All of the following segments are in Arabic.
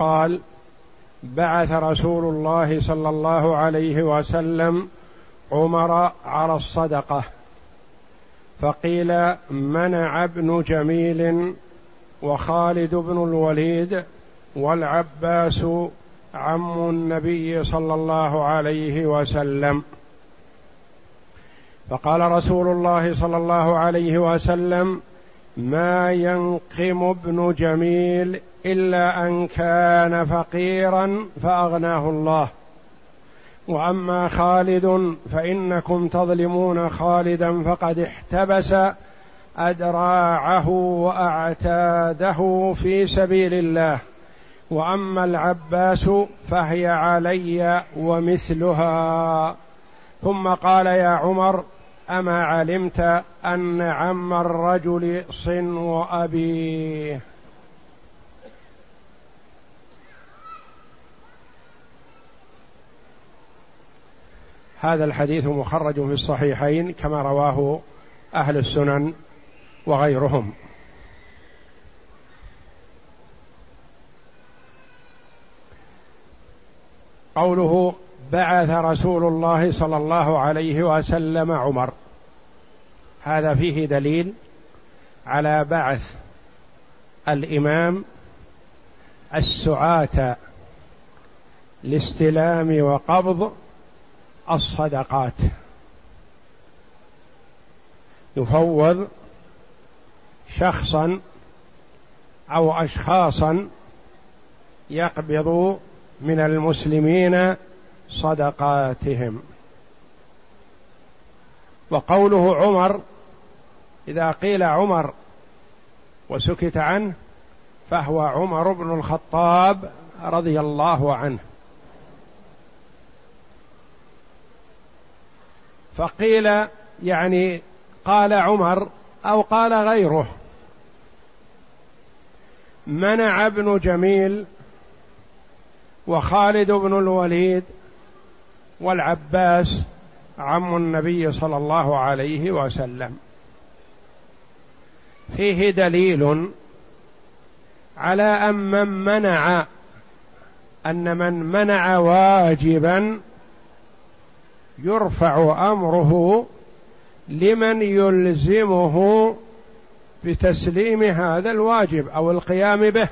قال: بعث رسول الله صلى الله عليه وسلم عمر على الصدقة، فقيل: منع ابن جميل وخالد بن الوليد والعباس عم النبي صلى الله عليه وسلم. فقال رسول الله صلى الله عليه وسلم: ما ينقم ابن جميل إلا أن كان فقيرا فأغناه الله، وأما خالد فإنكم تظلمون خالدا فقد احتبس أدراعه وأعتاده في سبيل الله، وأما العباس فهي علي ومثلها. ثم قال: يا عمر، أما علمت أن عم الرجل صنو أبيه؟ هذا الحديث مخرج في الصحيحين كما رواه أهل السنن وغيرهم. قوله: بعث رسول الله صلى الله عليه وسلم عمر، هذا فيه دليل على بعث الإمام السعاة لاستلام وقبض الصدقات، يفوض شخصا أو أشخاصا يقبض من المسلمين صدقاتهم. وقوله عمر، إذا قيل عمر وسكت عنه فهو عمر بن الخطاب رضي الله عنه. فقيل يعني قال عمر أو قال غيره: منع ابن جميل وخالد بن الوليد والعباس عم النبي صلى الله عليه وسلم. فيه دليل على أن من منع واجبا يرفع أمره لمن يلزمه بتسليم هذا الواجب أو القيام به،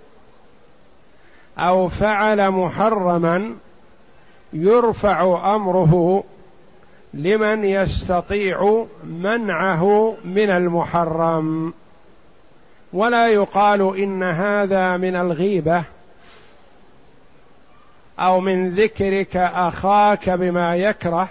أو فعل محرما يرفع أمره لمن يستطيع منعه من المحرم. ولا يقال إن هذا من الغيبة أو من ذكرك أخاك بما يكره،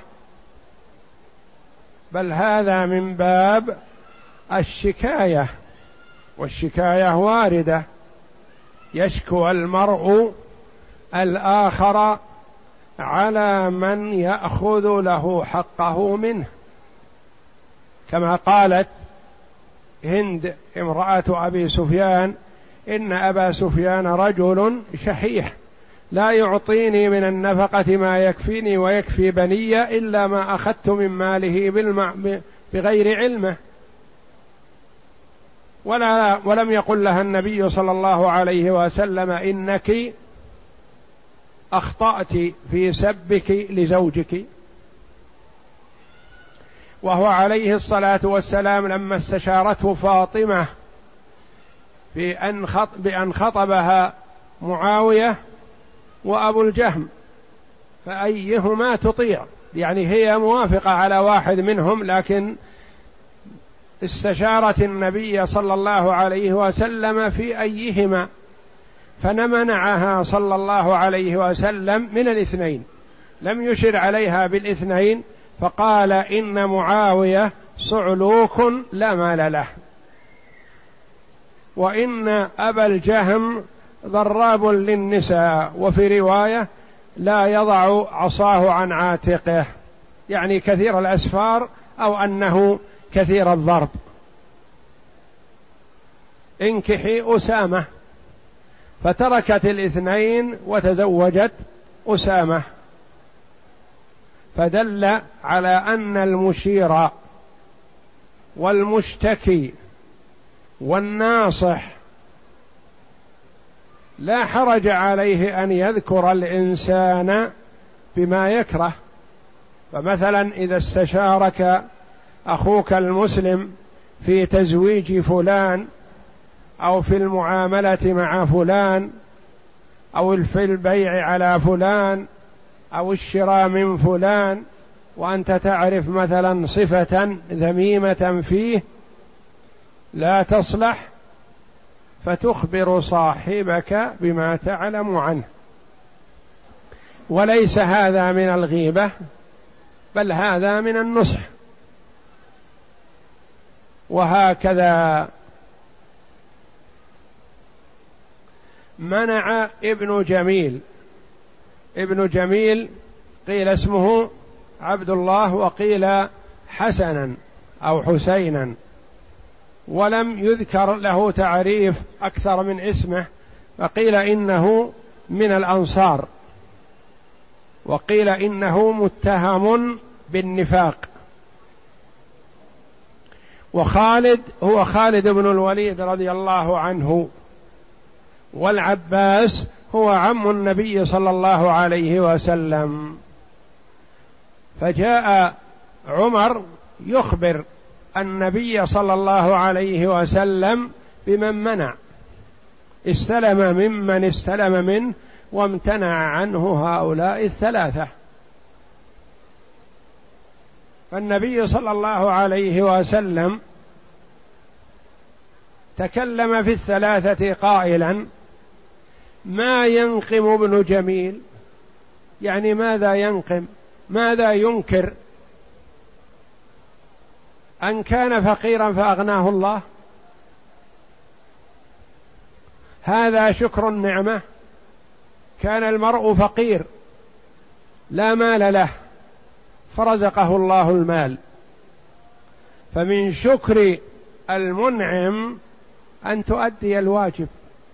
بل هذا من باب الشكاية، والشكاية واردة، يشكو المرء الآخر على من يأخذ له حقه منه، كما قالت هند امرأة أبي سفيان: إن أبا سفيان رجل شحيح لا يعطيني من النفقة ما يكفيني ويكفي بني إلا ما أخذت من ماله بغير علمه. ولم يقل لها النبي صلى الله عليه وسلم: إنك أخطأت في سبك لزوجك. وهو عليه الصلاة والسلام لما استشارته فاطمة بأن خطبها معاوية وأبو الجهم فأيهما تطيع، يعني هي موافقة على واحد منهم، لكن استشارت النبي صلى الله عليه وسلم في أيهما، فمنعها صلى الله عليه وسلم من الاثنين، لم يشر عليها بالاثنين، فقال: إن معاوية صعلوك لا مال له، وإن أبا الجهم ضراب للنساء، وفي رواية لا يضع عصاه عن عاتقه، يعني كثير الأسفار أو أنه كثير الضرب. انكحي أسامة، فتركت الاثنين وتزوجت أسامة، فدل على أن المشير والمشتكي والناصح لا حرج عليه أن يذكر الإنسان بما يكره. فمثلا إذا استشارك أخوك المسلم في تزويج فلان أو في المعاملة مع فلان أو في البيع على فلان أو الشراء من فلان، وأنت تعرف مثلا صفة ذميمة فيه لا تصلح، فتخبر صاحبك بما تعلم عنه، وليس هذا من الغيبة بل هذا من النصح. وهكذا منع ابن جميل قيل اسمه عبد الله وقيل حسنا أو حسينا، ولم يذكر له تعريف أكثر من اسمه، فقيل إنه من الأنصار وقيل إنه متهم بالنفاق. وخالد هو خالد بن الوليد رضي الله عنه، والعباس هو عم النبي صلى الله عليه وسلم. فجاء عمر يخبر النبي صلى الله عليه وسلم بمن منع، استلم ممن استلم منه وامتنع عنه هؤلاء الثلاثة. فالنبي صلى الله عليه وسلم تكلم في الثلاثة قائلا: ما ينقم ابن جميل، يعني ماذا ينقم، ماذا ينكر؟ أن كان فقيرا فأغناه الله؟ هذا شكر النعمة. كان المرء فقير لا مال له فرزقه الله المال، فمن شكر المنعم أن تؤدي الواجب.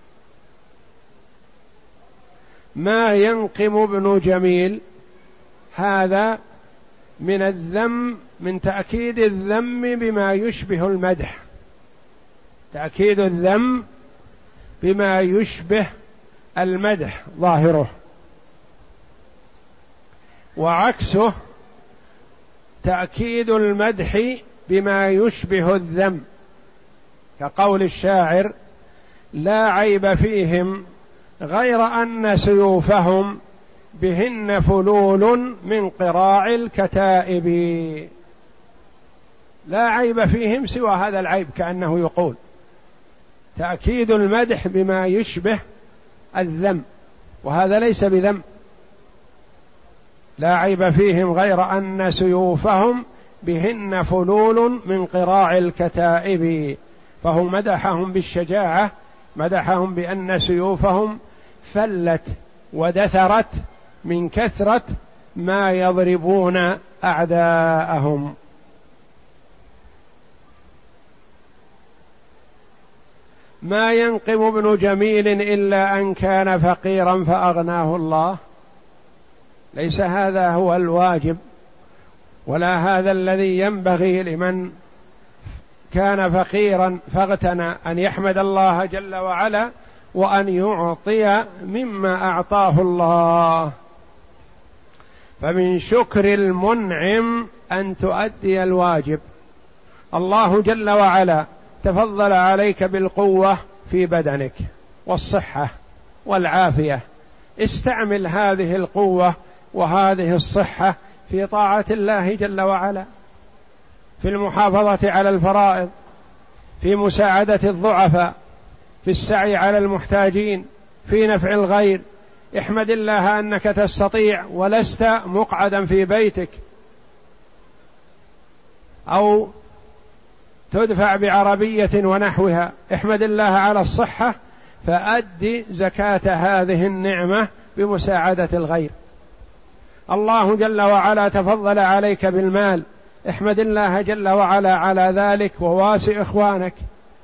ما ينقم ابن جميل هذا من الذم، من تأكيد الذم بما يشبه المدح، تأكيد الذم بما يشبه المدح ظاهره، وعكسه تأكيد المدح بما يشبه الذم، كقول الشاعر: لا عيب فيهم غير أن سيوفهم بهن فلول من قراع الكتائب. لا عيب فيهم سوى هذا العيب، كأنه يقول تأكيد المدح بما يشبه الذم، وهذا ليس بذم. لا عيب فيهم غير أن سيوفهم بهن فلول من قراع الكتائب، فهو مدحهم بالشجاعة، مدحهم بأن سيوفهم فلت ودثرت من كثرة ما يضربون أعداءهم. ما ينقم ابن جميل إلا أن كان فقيرا فأغناه الله. ليس هذا هو الواجب، ولا هذا الذي ينبغي لمن كان فقيرا فاغتنى، أن يحمد الله جل وعلا وأن يعطي مما أعطاه الله. فمن شكر المنعم أن تؤدي الواجب. الله جل وعلا تفضل عليك بالقوة في بدنك والصحة والعافية، استعمل هذه القوة وهذه الصحة في طاعة الله جل وعلا، في المحافظة على الفرائض، في مساعدة الضعفاء، في السعي على المحتاجين، في نفع الغير. احمد الله أنك تستطيع ولست مقعدا في بيتك أو تدفع بعربية ونحوها. احمد الله على الصحة، فأدي زكاة هذه النعمة بمساعدة الغير. الله جل وعلا تفضل عليك بالمال، احمد الله جل وعلا على ذلك وواسي إخوانك.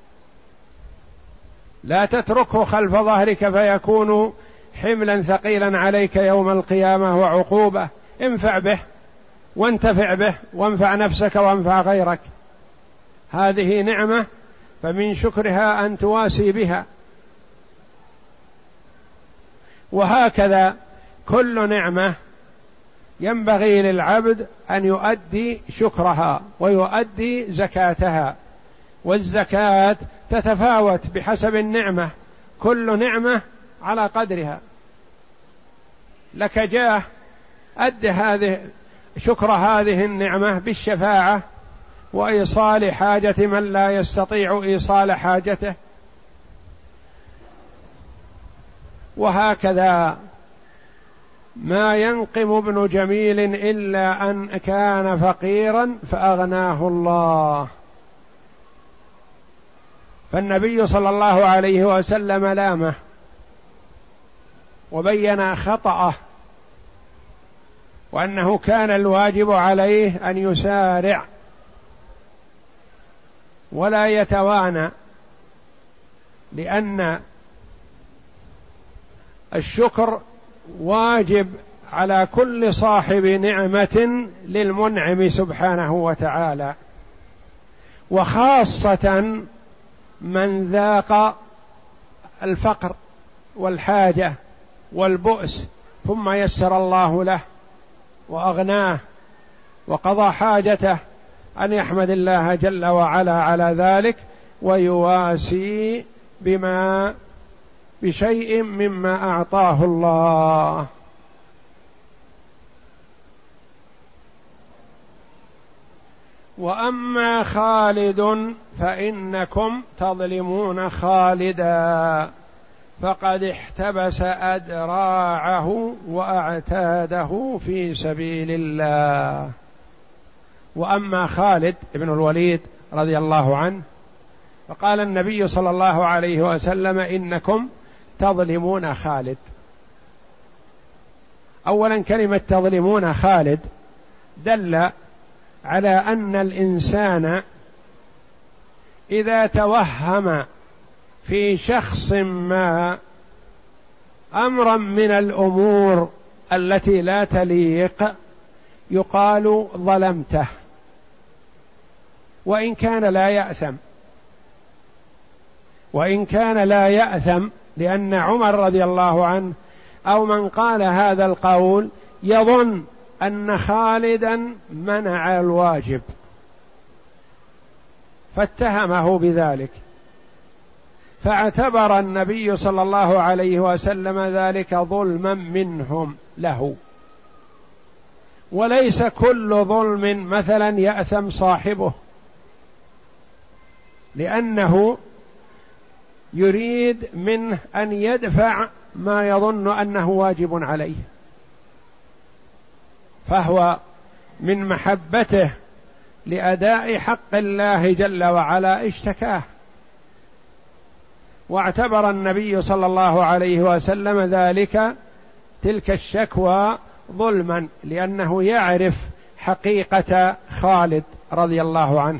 لا تتركه خلف ظهرك فيكون حملا ثقيلا عليك يوم القيامة وعقوبة. انفع به وانتفع به وانفع نفسك وانفع غيرك. هذه نعمة، فمن شكرها أن تواسي بها. وهكذا كل نعمة ينبغي للعبد أن يؤدي شكرها ويؤدي زكاتها، والزكاة تتفاوت بحسب النعمة، كل نعمة على قدرها. لك جاه، أد شكر هذه النعمة بالشفاعة وإيصال حاجة من لا يستطيع إيصال حاجته، وهكذا ما ينقم ابن جميل إلا أن كان فقيرا فأغناه الله. فالنبي صلى الله عليه وسلم لامه وبين خطأه، وأنه كان الواجب عليه أن يسارع ولا يتوانى، لأن الشكر واجب على كل صاحب نعمة للمنعم سبحانه وتعالى، وخاصة من ذاق الفقر والحاجة والبؤس ثم يسر الله له وأغناه وقضى حاجته، أن يحمد الله جل وعلا على ذلك ويواسي بشيء مما أعطاه الله. وأما خالد فإنكم تظلمون خالدا فقد احتبس أدراعه وأعتاده في سبيل الله. وأما خالد بن الوليد رضي الله عنه فقال النبي صلى الله عليه وسلم إنكم تظلمون خالد. أولا كلمة تظلمون خالد دل على أن الإنسان إذا توهم في شخص ما أمرا من الأمور التي لا تليق يقال ظلمته، وإن كان لا يأثم، لأن عمر رضي الله عنه أو من قال هذا القول يظن أن خالدا منع الواجب فاتهمه بذلك، فاعتبر النبي صلى الله عليه وسلم ذلك ظلما منهم له. وليس كل ظلم مثلا يأثم صاحبه، لأنه يريد منه أن يدفع ما يظن أنه واجب عليه، فهو من محبته لأداء حق الله جل وعلا اشتكاه، واعتبر النبي صلى الله عليه وسلم تلك الشكوى ظلما، لأنه يعرف حقيقة خالد رضي الله عنه.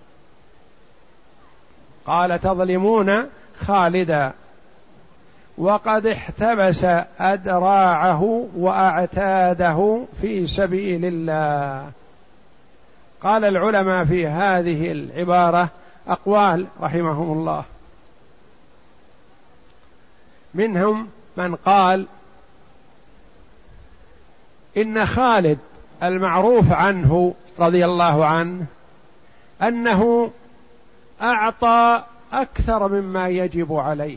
قال تظلمون خالدا وقد احتبس أدراعه وأعتاده في سبيل الله. قال العلماء في هذه العبارة أقوال رحمهم الله، منهم من قال إن خالد المعروف عنه رضي الله عنه أنه أعطى أكثر مما يجب عليه،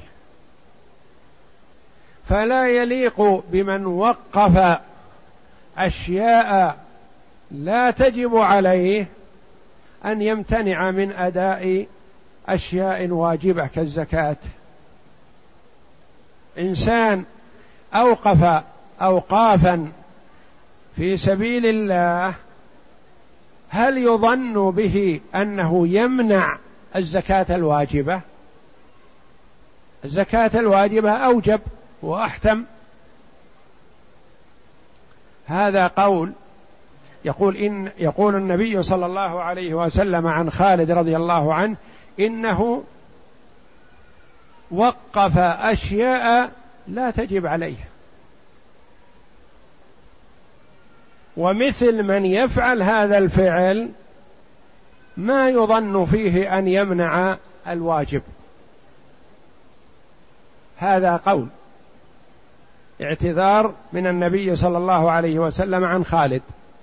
فلا يليق بمن وقف أشياء لا تجب عليه أن يمتنع من أداء أشياء واجبة كالزكاة. إنسان أوقف أوقافا في سبيل الله، هل يظن به أنه يمنع الزكاة الواجبة؟ الزكاة الواجبة أوجب وأحتم. هذا قول يقول النبي صلى الله عليه وسلم عن خالد رضي الله عنه إنه وقف أشياء لا تجب عليه. ومثل من يفعل هذا الفعل ما يظن فيه أن يمنع الواجب. هذا قول. اعتذار من النبي صلى الله عليه وسلم عن خالد.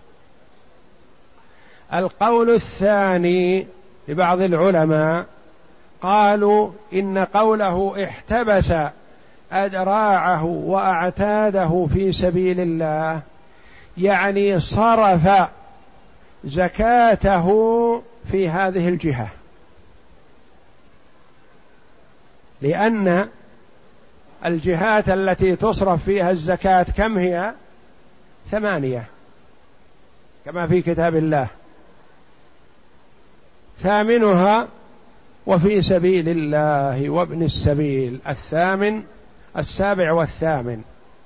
القول الثاني لبعض العلماء قالوا إن قوله احتبس أدراعه وأعتاده في سبيل الله يعني صرف زكاته في هذه الجهة، لأن الجهات التي تصرف فيها الزكاة كم هي؟ 8 كما في كتاب الله، ثامنها وفي سبيل الله وابن السبيل، 8 7 و8.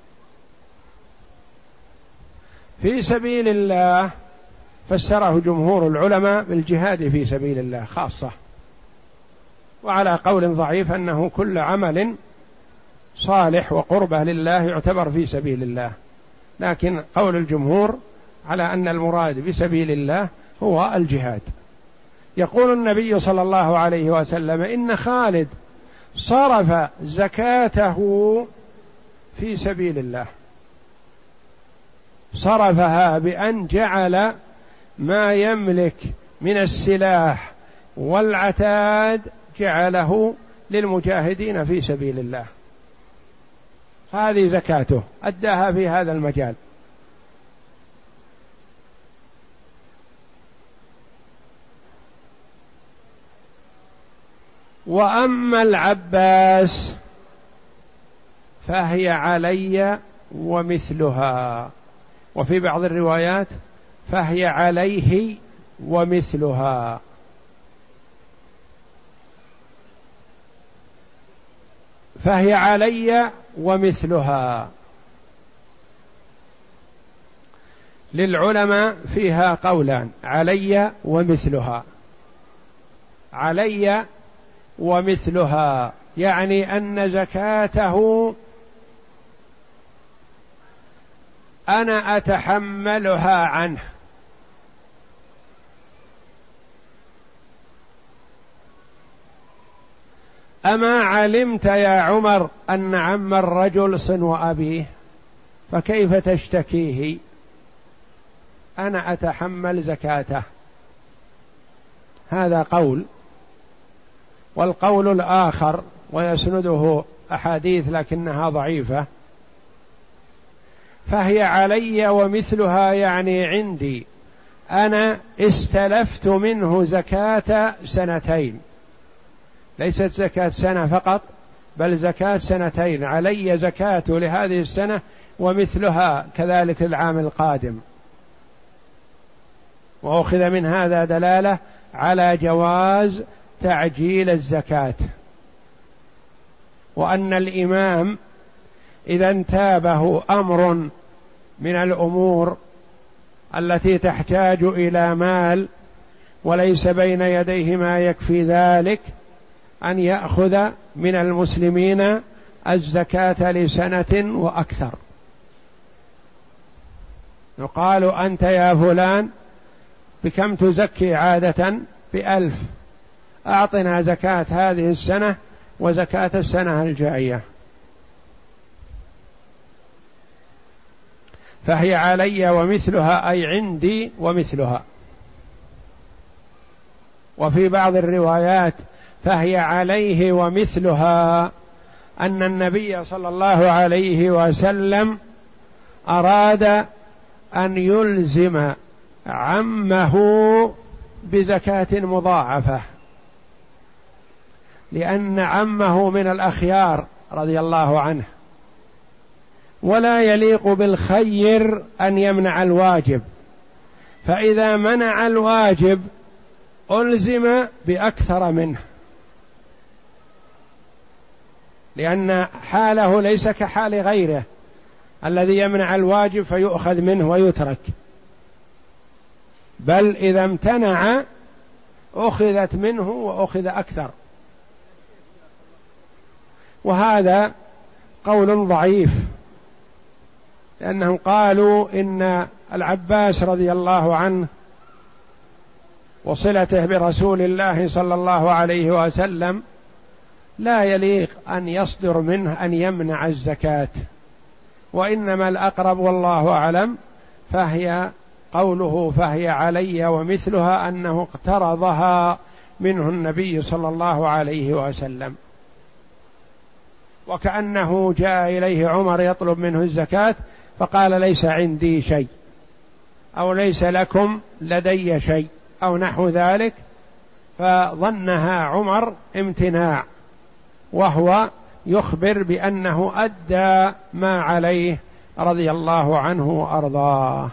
في سبيل الله فسره جمهور العلماء بالجهاد في سبيل الله خاصة، وعلى قول ضعيف أنه كل عمل صالح وقربة لله يعتبر في سبيل الله، لكن قول الجمهور على أن المراد بسبيل الله هو الجهاد. يقول النبي صلى الله عليه وسلم إن خالد صرف زكاته في سبيل الله، صرفها بأن جعل ما يملك من السلاح والعتاد جعله للمجاهدين في سبيل الله، هذه زكاته أداها في هذا المجال. وأما العباس فهي علي ومثلها، وفي بعض الروايات فهي عليه ومثلها. فهي علي ومثلها للعلماء فيها قولان، علي ومثلها. علي ومثلها يعني أن زكاته أنا أتحملها عنه، أما علمت يا عمر أن عم الرجل صنو أبيه فكيف تشتكيه؟ أنا أتحمل زكاته. هذا قول. والقول الآخر ويسنده أحاديث لكنها ضعيفة، فهي علي ومثلها يعني عندي أنا استلفت منه زكاة 2، ليست زكاة سنة فقط بل زكاة 2، علي زكاة لهذه السنة ومثلها كذلك العام القادم. وأخذ من هذا دلالة على جواز تعجيل الزكاة، وأن الإمام إذا انتابه أمر من الأمور التي تحتاج إلى مال وليس بين يديه ما يكفي ذلك أن يأخذ من المسلمين الزكاة لسنة وأكثر. يقال أنت يا فلان بكم تزكي عادة؟ ب1000، أعطنا زكاة هذه السنة وزكاة السنة الجاية. فهي علي ومثلها أي عندي ومثلها. وفي بعض الروايات فهي عليه ومثلها أن النبي صلى الله عليه وسلم أراد أن يلزم عمه بزكاة مضاعفة، لأن عمه من الأخيار رضي الله عنه، ولا يليق بالخير أن يمنع الواجب، فإذا منع الواجب ألزم بأكثر منه، لأن حاله ليس كحال غيره الذي يمنع الواجب فيؤخذ منه ويترك، بل إذا امتنع أخذت منه وأخذ أكثر. وهذا قول ضعيف، لأنهم قالوا إن العباس رضي الله عنه وصلته برسول الله صلى الله عليه وسلم لا يليق أن يصدر منه أن يمنع الزكاة، وإنما الأقرب والله أعلم فهي قوله فهي علي ومثلها أنه اقترضها منه النبي صلى الله عليه وسلم، وكأنه جاء إليه عمر يطلب منه الزكاة فقال ليس عندي شيء أو ليس لكم لدي شيء أو نحو ذلك، فظنها عمر امتناع وهو يخبر بأنه أدى ما عليه رضي الله عنه وأرضاه.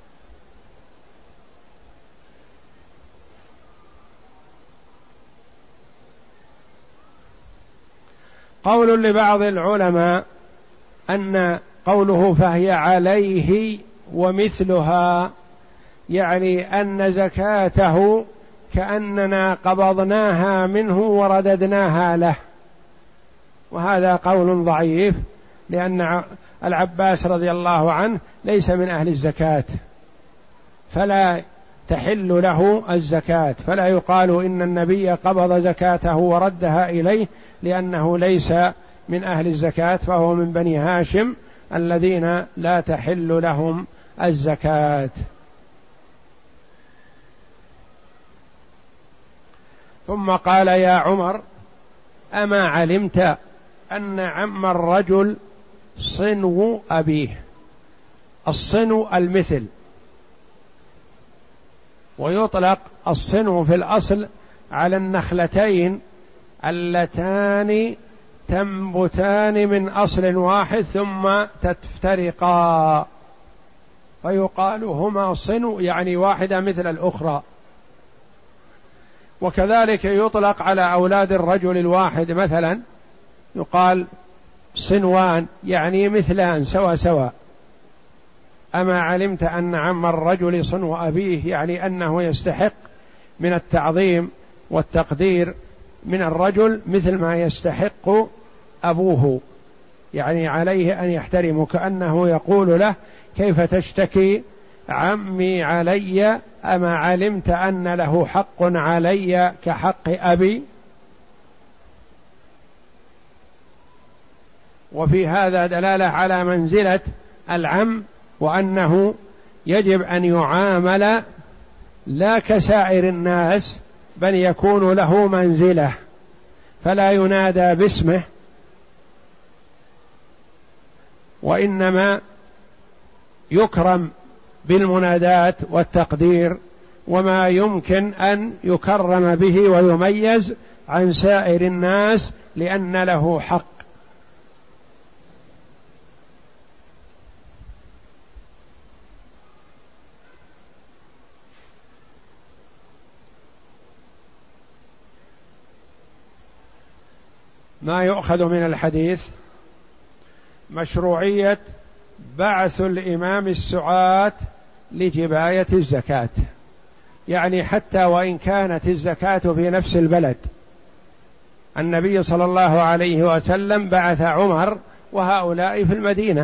قول لبعض العلماء أن قوله فهي عليه ومثلها يعني أن زكاته كأننا قبضناها منه ورددناها له، وهذا قول ضعيف، لأن العباس رضي الله عنه ليس من أهل الزكاة فلا تحل له الزكاة، فلا يقال إن النبي قبض زكاته وردها إليه، لأنه ليس من أهل الزكاة، فهو من بني هاشم الذين لا تحل لهم الزكاة. ثم قال يا عمر أما علمت أن عم الرجل صنو أبيه؟ الصنو المثل، ويطلق الصنو في الأصل على النخلتين اللتان تنبتان من أصل واحد ثم تفترقا فيقال هما صنو، يعني واحدة مثل الأخرى. وكذلك يطلق على أولاد الرجل الواحد مثلا يقال صنوان، يعني مثلان سوا سوا. أما علمت أن عم الرجل صنو أبيه، يعني أنه يستحق من التعظيم والتقدير من الرجل مثل ما يستحق أبوه، يعني عليه أن يحترمه، كأنه يقول له كيف تشتكي عمي علي، أما علمت أن له حق علي كحق أبي؟ وفي هذا دلالة على منزلة العم، وأنه يجب أن يعامل لا كسائر الناس بل يكون له منزلة، فلا ينادى باسمه، وإنما يكرم بالمنادات والتقدير وما يمكن أن يكرم به ويميز عن سائر الناس لأن له حق. ما يؤخذ من الحديث مشروعية بعث الإمام السعاة لجباية الزكاة، يعني حتى وإن كانت الزكاة في نفس البلد، النبي صلى الله عليه وسلم بعث عمر وهؤلاء في المدينة،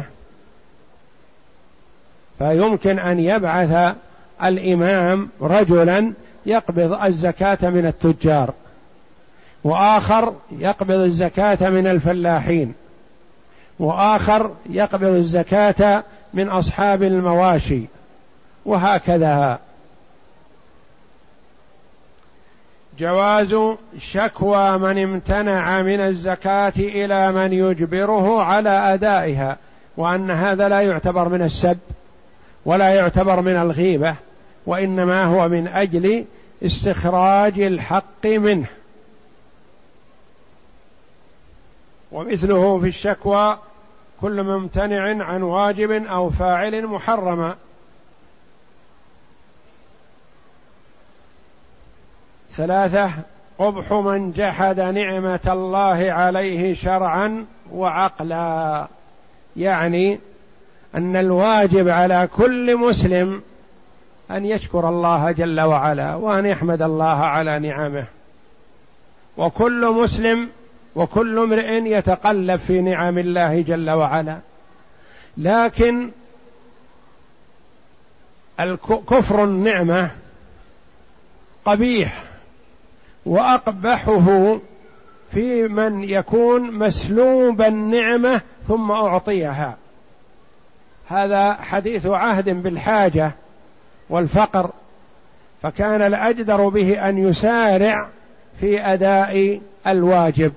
فيمكن أن يبعث الإمام رجلا يقبض الزكاة من التجار، وآخر يقبض الزكاة من الفلاحين، وآخر يقبض الزكاة من أصحاب المواشي، وهكذا. جواز شكوى من امتنع من الزكاة إلى من يجبره على أدائها، وأن هذا لا يعتبر من السب ولا يعتبر من الغيبة، وإنما هو من أجل استخراج الحق منه. ومثله في الشكوى كل ممتنع عن واجب أو فاعل محرما. 3 قبح من جحد نعمة الله عليه شرعا وعقلا، يعني أن الواجب على كل مسلم أن يشكر الله جل وعلا وأن يحمد الله على نعمه، وكل مسلم وكل امرئ يتقلب في نعم الله جل وعلا، لكن كفر النعمة قبيح، وأقبحه في من يكون مسلوب النعمة ثم أعطيها، هذا حديث عهد بالحاجة والفقر، فكان الأجدر به أن يسارع في أداء الواجب.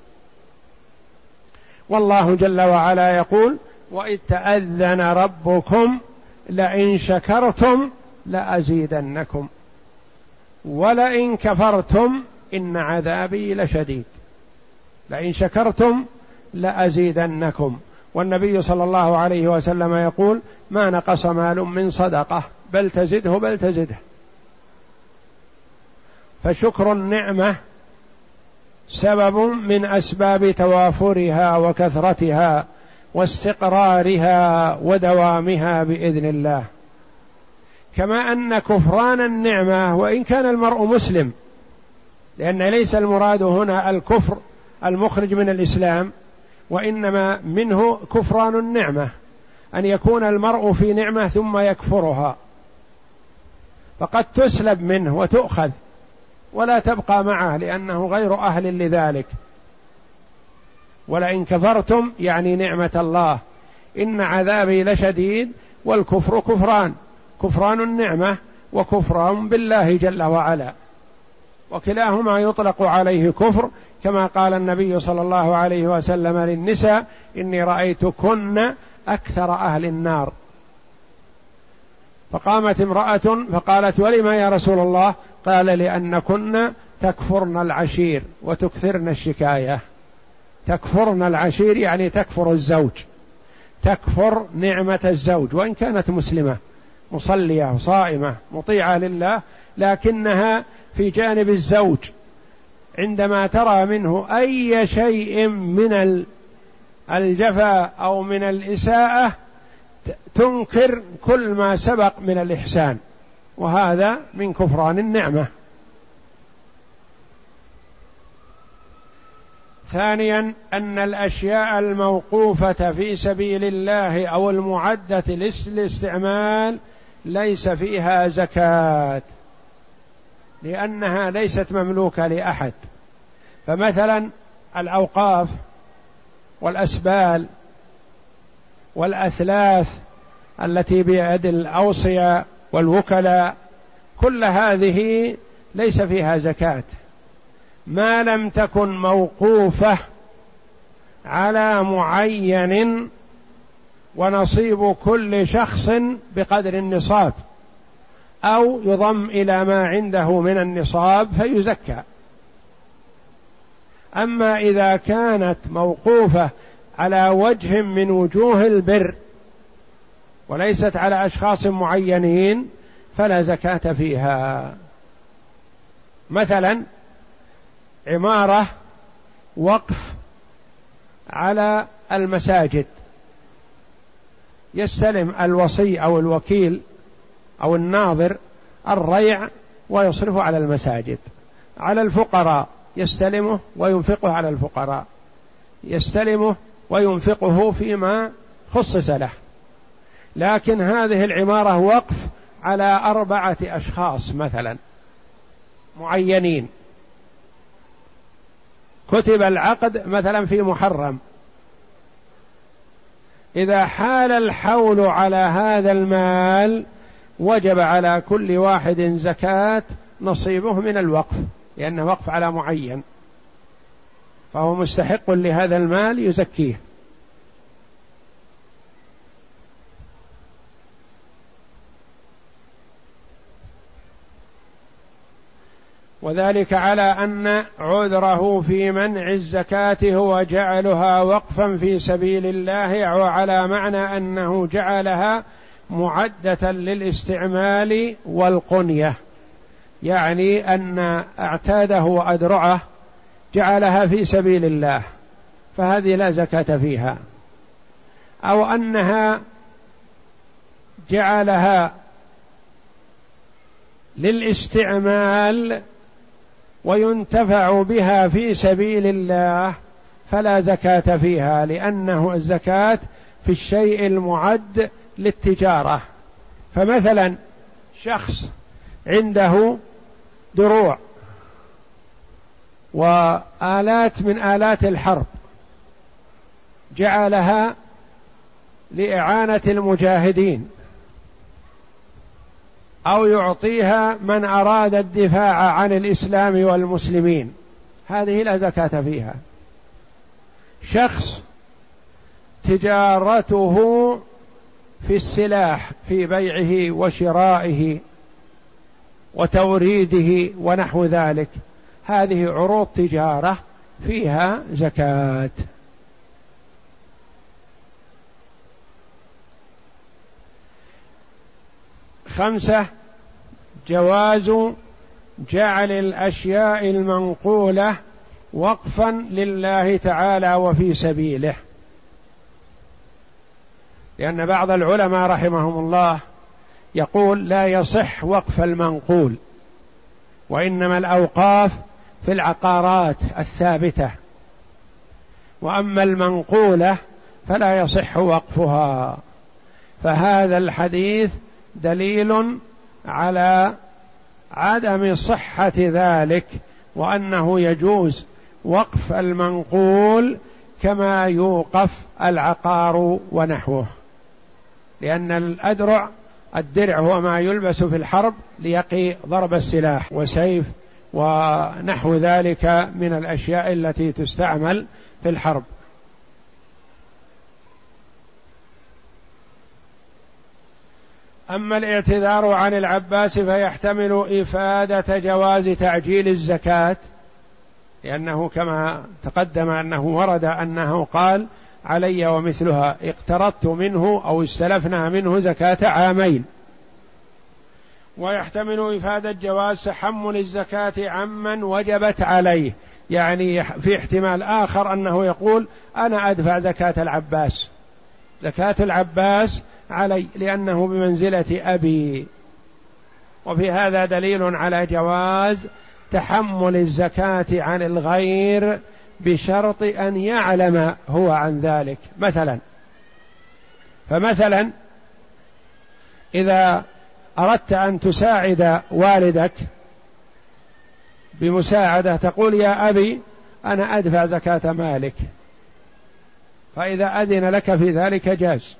والله جل وعلا يقول: وإذ تأذن ربكم لئن شكرتم لأزيدنكم ولئن كفرتم إن عذابي لشديد. لئن شكرتم لأزيدنكم. والنبي صلى الله عليه وسلم يقول: ما نقص مال من صدقة بل تزده بل تزده. فشكر النعمة سبب من أسباب توافرها وكثرتها واستقرارها ودوامها بإذن الله. كما أن كفران النعمة وإن كان المرء مسلم، لأن ليس المراد هنا الكفر المخرج من الإسلام، وإنما منه كفران النعمة، أن يكون المرء في نعمة ثم يكفرها، فقد تسلب منه وتؤخذ ولا تبقى معه لأنه غير أهل لذلك. ولئن كفرتم يعني نعمة الله، إن عذابي لشديد. والكفر كفران: كفران النعمة وكفران بالله جل وعلا، وكلاهما يطلق عليه كفر، كما قال النبي صلى الله عليه وسلم للنساء: إني رأيتكن أكثر أهل النار. فقامت امرأة فقالت: ولما يا رسول الله؟ قال: لأنكن تكفرن العشير وتكثرن الشكاية. تكفرن العشير يعني تكفر الزوج، تكفر نعمة الزوج، وإن كانت مسلمة مصلية صائمة مطيعة لله، لكنها في جانب الزوج عندما ترى منه أي شيء من الجفاء أو من الإساءة تنكر كل ما سبق من الإحسان، وهذا من كفران النعمة. ثانيا أن الأشياء الموقوفة في سبيل الله أو المعدة للاستعمال ليس فيها زكاة، لأنها ليست مملوكة لأحد. فمثلا الأوقاف والأسبال والأثلاث التي بيد الأوصياء والوكلاء، كل هذه ليس فيها زكاة ما لم تكن موقوفة على معين، ونصيب كل شخص بقدر النصاب، أو يضم إلى ما عنده من النصاب فيزكى. أما إذا كانت موقوفة على وجه من وجوه البر وليست على أشخاص معينين فلا زكاة فيها. مثلا عمارة وقف على المساجد، يستلم الوصي أو الوكيل أو الناظر الريع ويصرف على المساجد. على الفقراء يستلمه وينفقه على الفقراء، يستلمه وينفقه فيما خصص له. لكن هذه العمارة وقف على 4 أشخاص مثلا معينين، كتب العقد مثلا في محرم، إذا حال الحول على هذا المال وجب على كل واحد زكاة نصيبه من الوقف، لأنه وقف على معين، فهو مستحق لهذا المال يزكيه. وذلك على أن عذره في منع الزكاة هو جعلها وقفا في سبيل الله، وعلى معنى أنه جعلها معدة للاستعمال والقنية، يعني أن اعتاده وأدرعه جعلها في سبيل الله، فهذه لا زكاة فيها. أو أنها جعلها للاستعمال وينتفع بها في سبيل الله فلا زكاة فيها، لأنه الزكاة في الشيء المعد للتجارة. فمثلا شخص عنده دروع وآلات من آلات الحرب، جعلها لإعانة المجاهدين، أو يعطيها من أراد الدفاع عن الإسلام والمسلمين، هذه لا زكاة فيها. شخص تجارته في السلاح، في بيعه وشرائه وتوريده ونحو ذلك، هذه عروض تجارة فيها زكاة. 5 جواز جعل الأشياء المنقولة وقفا لله تعالى وفي سبيله، لأن بعض العلماء رحمهم الله يقول لا يصح وقف المنقول، وإنما الأوقاف في العقارات الثابتة، وأما المنقولة فلا يصح وقفها. فهذا الحديث دليل على عدم صحة ذلك، وأنه يجوز وقف المنقول كما يوقف العقار ونحوه، لأن الدرع هو ما يلبس في الحرب ليقي ضرب السلاح وسيف ونحو ذلك من الأشياء التي تستعمل في الحرب. أما الاعتذار عن العباس فيحتمل إفادة جواز تعجيل الزكاة، لأنه كما تقدم أنه ورد أنه قال علي ومثلها، اقترضت منه أو استلفنا منه زكاة عامين. ويحتمل إفادة جواز تحمل الزكاة عمن وجبت عليه، يعني في احتمال آخر أنه يقول أنا أدفع زكاة العباس، زكاة العباس علي لأنه بمنزلة أبي. وفي هذا دليل على جواز تحمل الزكاة عن الغير بشرط أن يعلم هو عن ذلك. فمثلا إذا أردت أن تساعد والدك بمساعدة، تقول يا أبي أنا أدفع زكاة مالك، فإذا أذن لك في ذلك جاز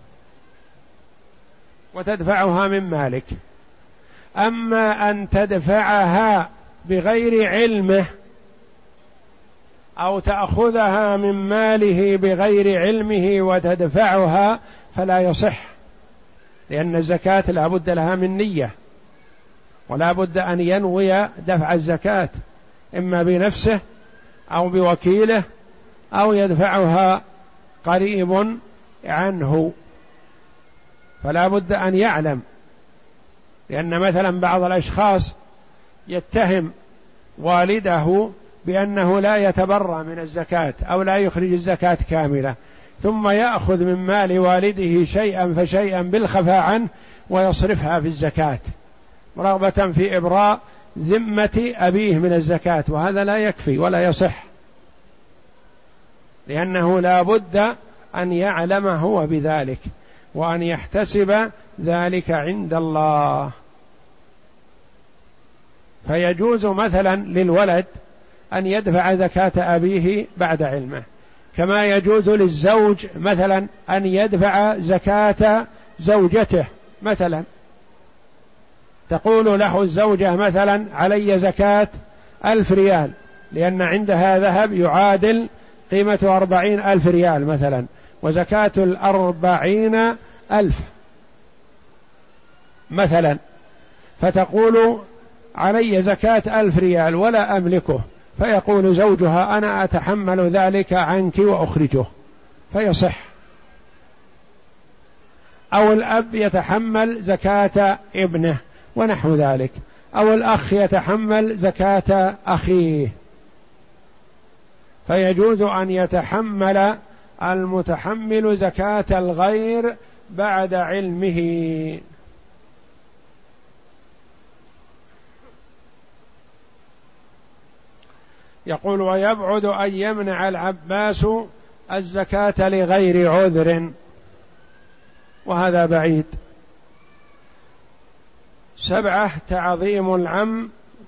وتدفعها من مالك. أما أن تدفعها بغير علمه أو تأخذها من ماله بغير علمه وتدفعها فلا يصح، لأن الزكاة لا بد لها من نية، ولا بد أن ينوي دفع الزكاة إما بنفسه أو بوكيله أو يدفعها قريب عنه، فلا بد أن يعلم. لأن مثلا بعض الأشخاص يتهم والده بأنه لا يتبرأ من الزكاة أو لا يخرج الزكاة كاملة، ثم يأخذ من مال والده شيئا فشيئا بالخفاء عنه ويصرفها في الزكاة رغبة في إبراء ذمة أبيه من الزكاة، وهذا لا يكفي ولا يصح، لأنه لا بد أن يعلم هو بذلك وأن يحتسب ذلك عند الله. فيجوز مثلا للولد أن يدفع زكاة أبيه بعد علمه، كما يجوز للزوج مثلا أن يدفع زكاة زوجته. مثلا تقول له الزوجة مثلا علي زكاة 1000 ريال، لأن عندها ذهب يعادل قيمة 40,000 ريال مثلا، وزكاة 40,000 مثلا، فتقول علي زكاة 1000 ريال ولا أملكه، فيقول زوجها أنا أتحمل ذلك عنك وأخرجه، فيصح. أو الأب يتحمل زكاة ابنه ونحو ذلك، أو الأخ يتحمل زكاة أخيه، فيجوز أن يتحمل المتحمل زكاة الغير بعد علمه. يقول ويبعد أن يمنع العباس الزكاة لغير عذر، وهذا بعيد. 7 تعظيم العم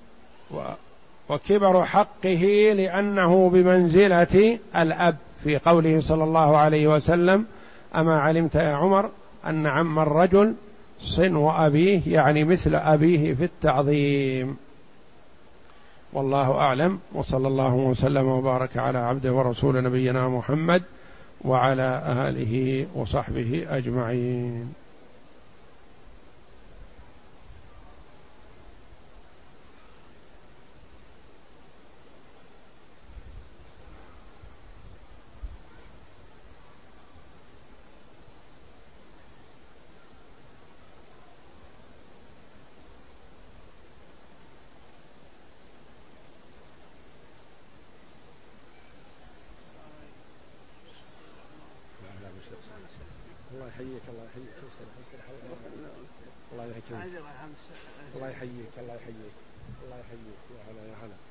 وكبر حقه لأنه بمنزلة الأب، في قوله صلى الله عليه وسلم أما علمت يا عمر أن عم الرجل صنو أبيه، يعني مثل أبيه في التعظيم. والله أعلم، وصلى الله وسلم وبارك على عبده ورسول نبينا محمد وعلى آله وصحبه أجمعين. الله يحييك، الله يحييك، الله يحييك، الله يحييك، الله يحييك، الله يحييك، يا هلا يا هلا.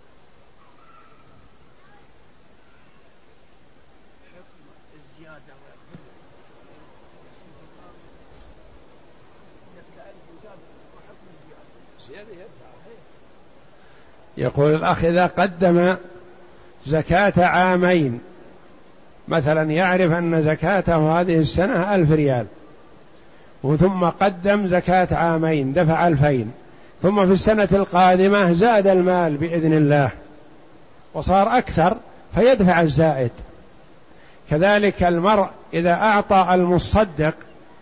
يقول الأخ إذا قدم زكاة عامين، مثلا يعرف أن زكاته هذه السنة 1000 ريال، وثم قدم زكاة عامين دفع 2000، ثم في السنة القادمة زاد المال بإذن الله وصار أكثر فيدفع الزائد. كذلك المرء إذا أعطى المصدق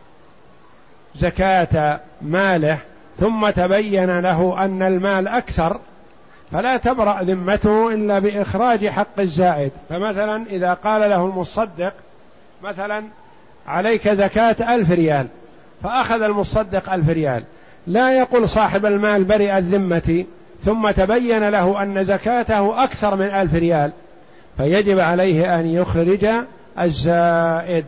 زكاة ماله ثم تبين له أن المال أكثر فلا تبرأ ذمته إلا بإخراج حق الزائد. فمثلا إذا قال له المصدق مثلا عليك زكاة 1000 ريال، فأخذ المصدق 1000 ريال، لا يقول صاحب المال برئ الذمة ثم تبين له أن زكاته أكثر من 1000 ريال، فيجب عليه أن يخرج الزائد.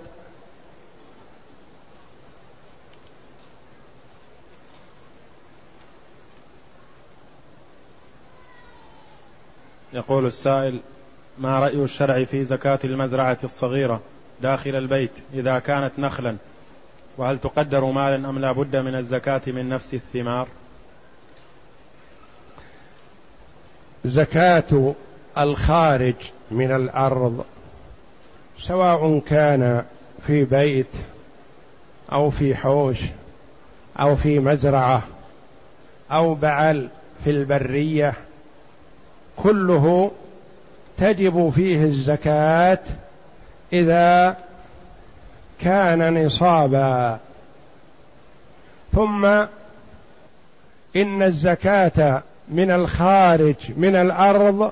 يقول السائل: ما رأي الشرع في زكاة المزرعة الصغيرة داخل البيت إذا كانت نخلا، وهل تقدر مالا أم لا بد من الزكاة من نفس الثمار؟ زكاة الخارج من الأرض سواء كان في بيت أو في حوش أو في مزرعة أو بعل في البرية، كله تجب فيه الزكاة إذا كان نصابا. ثم إن الزكاة من الخارج من الأرض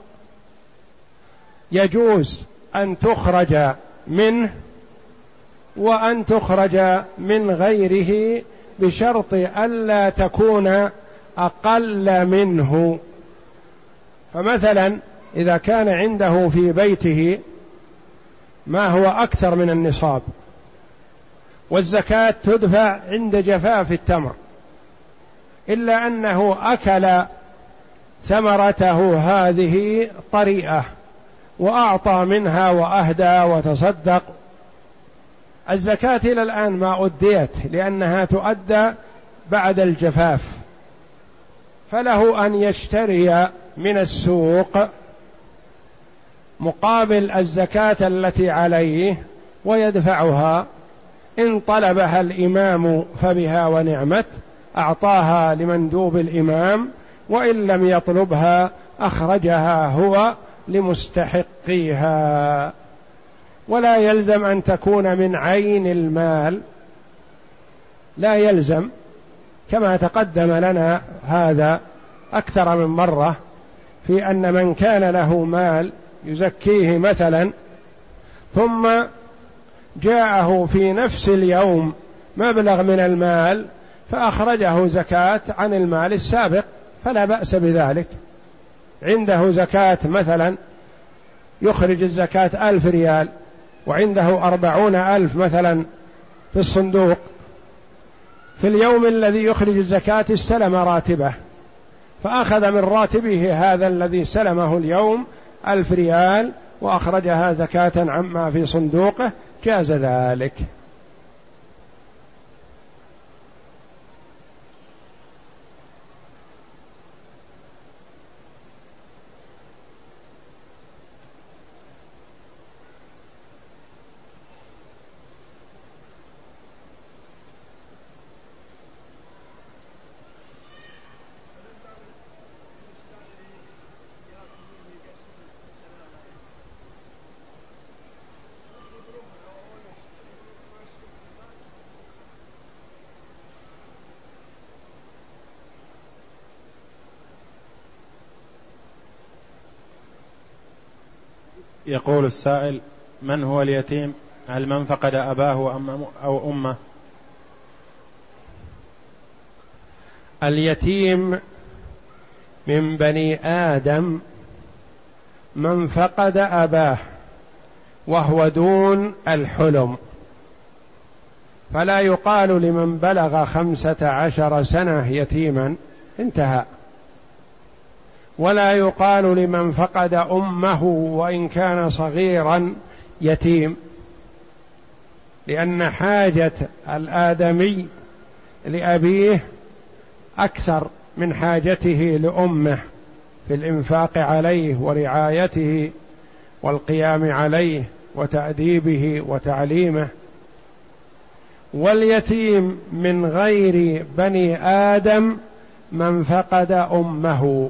يجوز أن تخرج منه وأن تخرج من غيره بشرط ألا تكون أقل منه. فمثلا إذا كان عنده في بيته ما هو أكثر من النصاب والزكاة تدفع عند جفاف التمر، إلا أنه أكل ثمرته هذه طريئة وأعطى منها وأهدى وتصدق، الزكاة إلى الآن ما أديت لأنها تؤدى بعد الجفاف، فله أن يشتري من السوق مقابل الزكاة التي عليه ويدفعها، إن طلبها الإمام فبها ونعمت أعطاها لمندوب الإمام، وإن لم يطلبها أخرجها هو لمستحقيها. ولا يلزم أن تكون من عين المال، لا يلزم، كما تقدم لنا هذا أكثر من مرة في أن من كان له مال يزكيه مثلا ثم جاءه في نفس اليوم مبلغ من المال فأخرجه زكاة عن المال السابق فلا بأس بذلك. عنده زكاة مثلا يخرج الزكاة 1000 ريال وعنده 40,000 مثلا في الصندوق، في اليوم الذي يخرج الزكاة استلم راتبه فأخذ من راتبه هذا الذي سلمه اليوم 1000 ريال وأخرجها زكاة عما في صندوقه، جاز ذلك. يقول السائل: من هو اليتيم؟ هل من فقد أباه أو أمه؟ اليتيم من بني آدم من فقد أباه وهو دون الحلم، فلا يقال لمن بلغ 15 سنة يتيما، انتهى. ولا يقال لمن فقد أمه وإن كان صغيرا يتيم، لأن حاجة الآدمي لأبيه أكثر من حاجته لأمه في الإنفاق عليه ورعايته والقيام عليه وتأديبه وتعليمه. واليتيم من غير بني آدم من فقد أمه،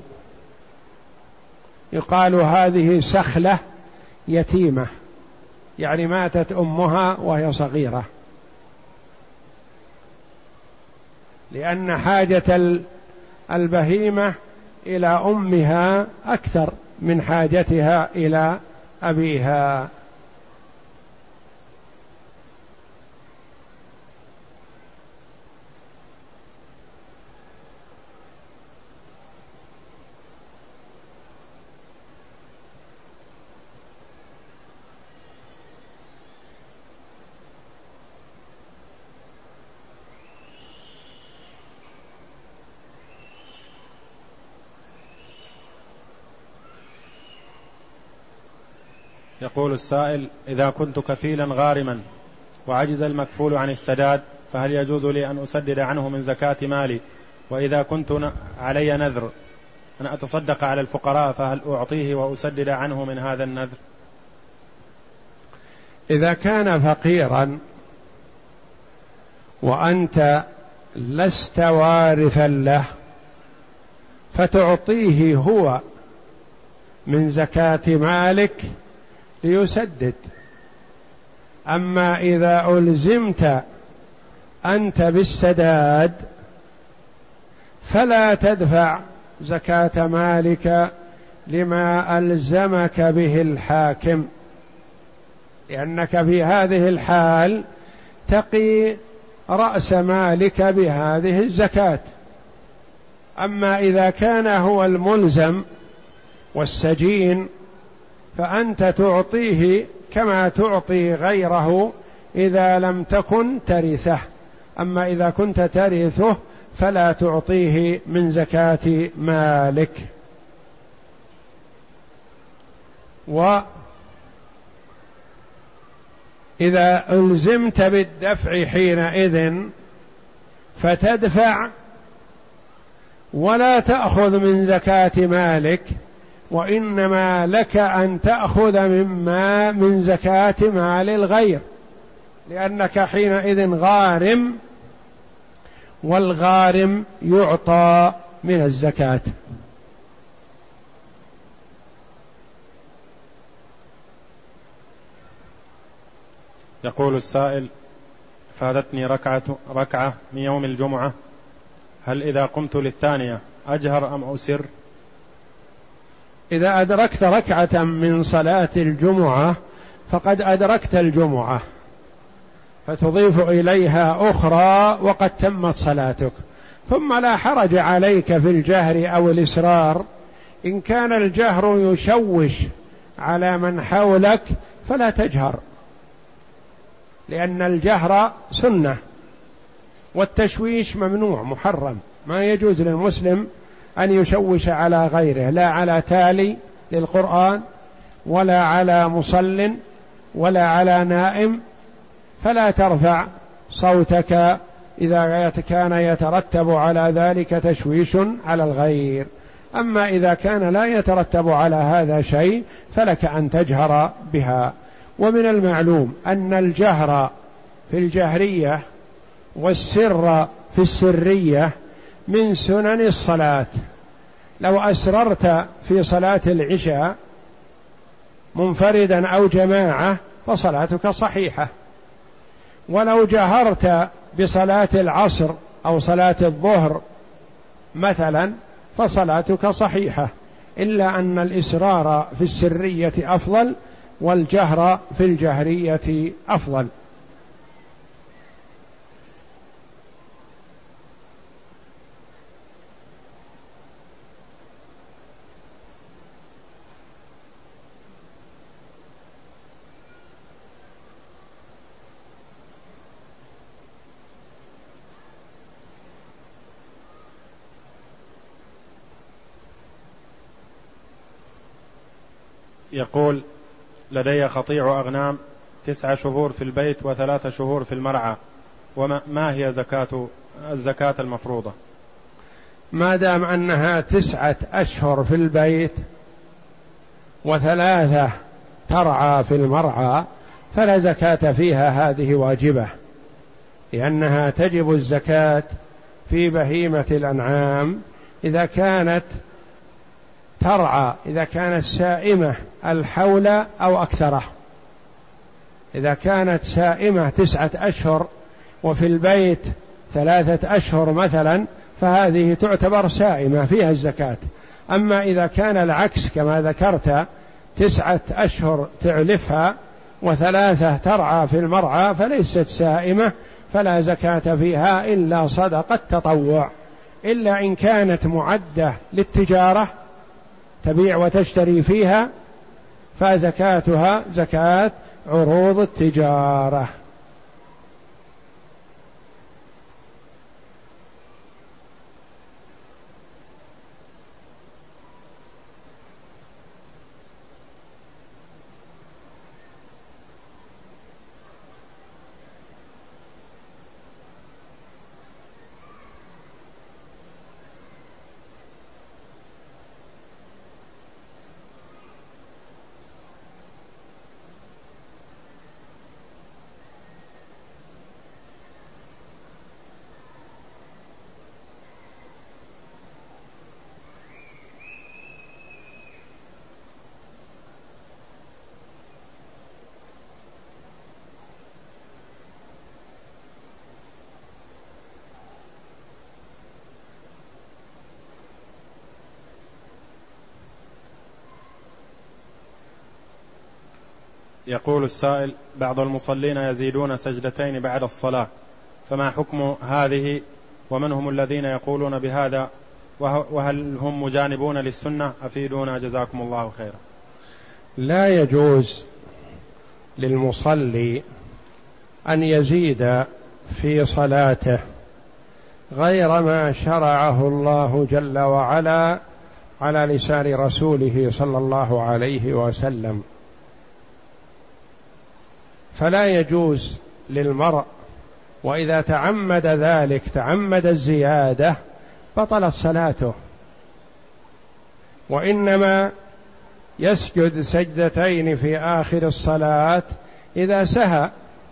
يقال هذه سخلة يتيمة، يعني ماتت أمها وهي صغيرة، لأن حاجة البهيمة إلى أمها أكثر من حاجتها إلى أبيها. يقول السائل: إذا كنت كفيلا غارما وعجز المكفول عن السداد، فهل يجوز لي أن أسدد عنه من زكاة مالي؟ وإذا كنت علي نذر أن أتصدق على الفقراء، فهل أعطيه وأسدد عنه من هذا النذر؟ إذا كان فقيرا وأنت لست وارثا له فتعطيه هو من زكاة مالك ليسدد. أما إذا ألزمت أنت بالسداد فلا تدفع زكاة مالك لما ألزمك به الحاكم، لأنك في هذه الحال تقي رأس مالك بهذه الزكاة. أما إذا كان هو الملزم والسجين فأنت تعطيه كما تعطي غيره إذا لم تكن ترثه. أما إذا كنت ترثه فلا تعطيه من زكاة مالك. وإذا ألزمت بالدفع حينئذ فتدفع ولا تأخذ من زكاة مالك، وإنما لك أن تأخذ من زكاة مال الغير، لأنك حينئذ غارم، والغارم يعطى من الزكاة. يقول السائل: فاتتني ركعة من يوم الجمعة، هل إذا قمت للثانية أجهر أم أسر؟ إذا أدركت ركعة من صلاة الجمعة فقد أدركت الجمعة، فتضيف إليها أخرى وقد تمت صلاتك. ثم لا حرج عليك في الجهر أو الإسرار. إن كان الجهر يشوش على من حولك فلا تجهر، لأن الجهر سنة والتشويش ممنوع محرم. ما يجوز للمسلم أن يشوش على غيره، لا على تالي للقرآن ولا على مصل ولا على نائم. فلا ترفع صوتك إذا كان يترتب على ذلك تشويش على الغير. أما إذا كان لا يترتب على هذا شيء فلك أن تجهر بها. ومن المعلوم أن الجهر في الجهرية والسر في السرية من سنن الصلاة. لو أسررت في صلاة العشاء منفردا أو جماعة فصلاتك صحيحة، ولو جهرت بصلاة العصر أو صلاة الظهر مثلا فصلاتك صحيحة، إلا أن الإسرار في السرية أفضل، والجهر في الجهرية أفضل. يقول: لدي قطيع أغنام 9 شهور في البيت و3 شهور في المرعى، وما هي الزكاة المفروضة؟ ما دام أنها 9 أشهر في البيت و3 ترعى في المرعى فلا زكاة فيها، هذه واجبة، لأنها تجب الزكاة في بهيمة الأنعام إذا كانت ترعى، إذا كانت سائمة الحول أو أكثره. إذا كانت سائمة 9 أشهر وفي البيت 3 أشهر مثلا فهذه تعتبر سائمة فيها الزكاة. أما إذا كان العكس كما ذكرت 9 أشهر تعلفها و3 ترعى في المرعى فليست سائمة، فلا زكاة فيها إلا صدقة تطوع، إلا إن كانت معدة للتجارة تبيع وتشتري فيها فزكاتها زكاة عروض التجارة. يقول السائل: بعض المصلين يزيدون سجدتين بعد الصلاة، فما حكم هذه، ومن هم الذين يقولون بهذا، وهل هم مجانبون للسنة؟ أفيدونا جزاكم الله خيرا. لا يجوز للمصلي أن يزيد في صلاته غير ما شرعه الله جل وعلا على لسان رسوله صلى الله عليه وسلم. فلا يجوز للمرء، وإذا تعمد ذلك تعمد الزيادة بطلت صلاته، وإنما يسجد سجدتين في آخر الصلاة إذا سهى،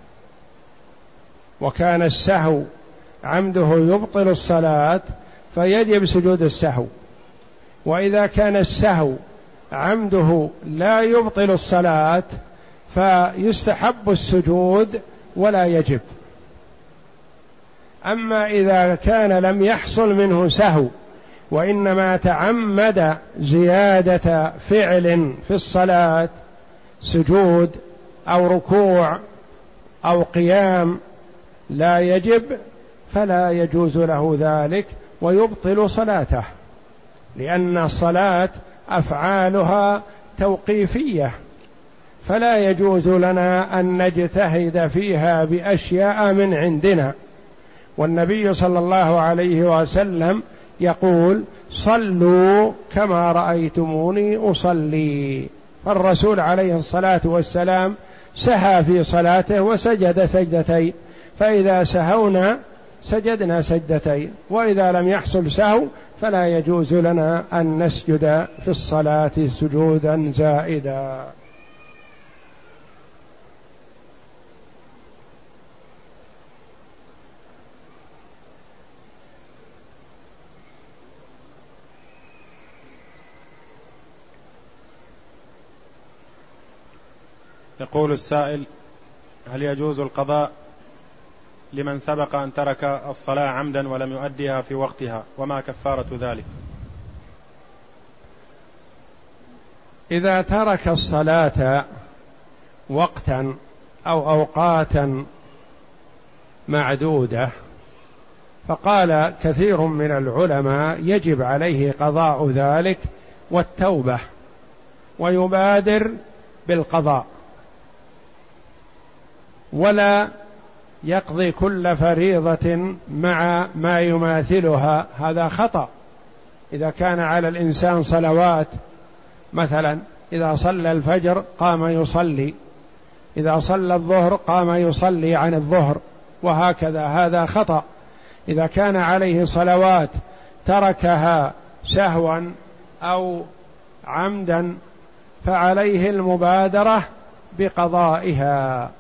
وكان السهو عمده يبطل الصلاة فيجب سجود السهو، وإذا كان السهو عمده لا يبطل الصلاة فيستحب السجود ولا يجب. أما إذا كان لم يحصل منه سهو وإنما تعمد زيادة فعل في الصلاة، سجود أو ركوع أو قيام، لا يجب، فلا يجوز له ذلك ويبطل صلاته، لأن الصلاة أفعالها توقيفية، فلا يجوز لنا أن نجتهد فيها بأشياء من عندنا. والنبي صلى الله عليه وسلم يقول: صلوا كما رأيتموني أصلي. فالرسول عليه الصلاة والسلام سهى في صلاته وسجد سجدتين، فإذا سهونا سجدنا سجدتين، وإذا لم يحصل سهو فلا يجوز لنا أن نسجد في الصلاة سجودا زائدا. يقول السائل: هل يجوز القضاء لمن سبق أن ترك الصلاة عمدا ولم يؤديها في وقتها، وما كفارة ذلك؟ إذا ترك الصلاة وقتا أو أوقاتا معدودة، فقال كثير من العلماء يجب عليه قضاء ذلك والتوبة، ويبادر بالقضاء ولا يقضي كل فريضة مع ما يماثلها، هذا خطأ. إذا كان على الإنسان صلوات، مثلا إذا صلى الفجر قام يصلي، إذا صلى الظهر قام يصلي عن الظهر، وهكذا، هذا خطأ. إذا كان عليه صلوات تركها سهوا أو عمدا فعليه المبادرة بقضائها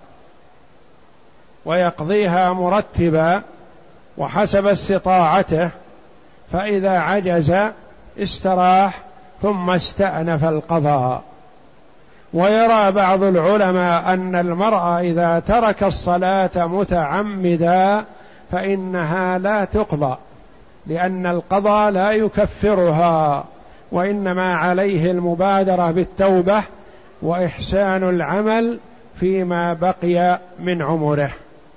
ويقضيها مرتبا وحسب استطاعته، فإذا عجز استراح ثم استأنف القضاء. ويرى بعض العلماء أن المرء إذا ترك الصلاة متعمدا فإنها لا تقضى، لأن القضاء لا يكفرها، وإنما عليه المبادرة بالتوبة وإحسان العمل فيما بقي من عمره.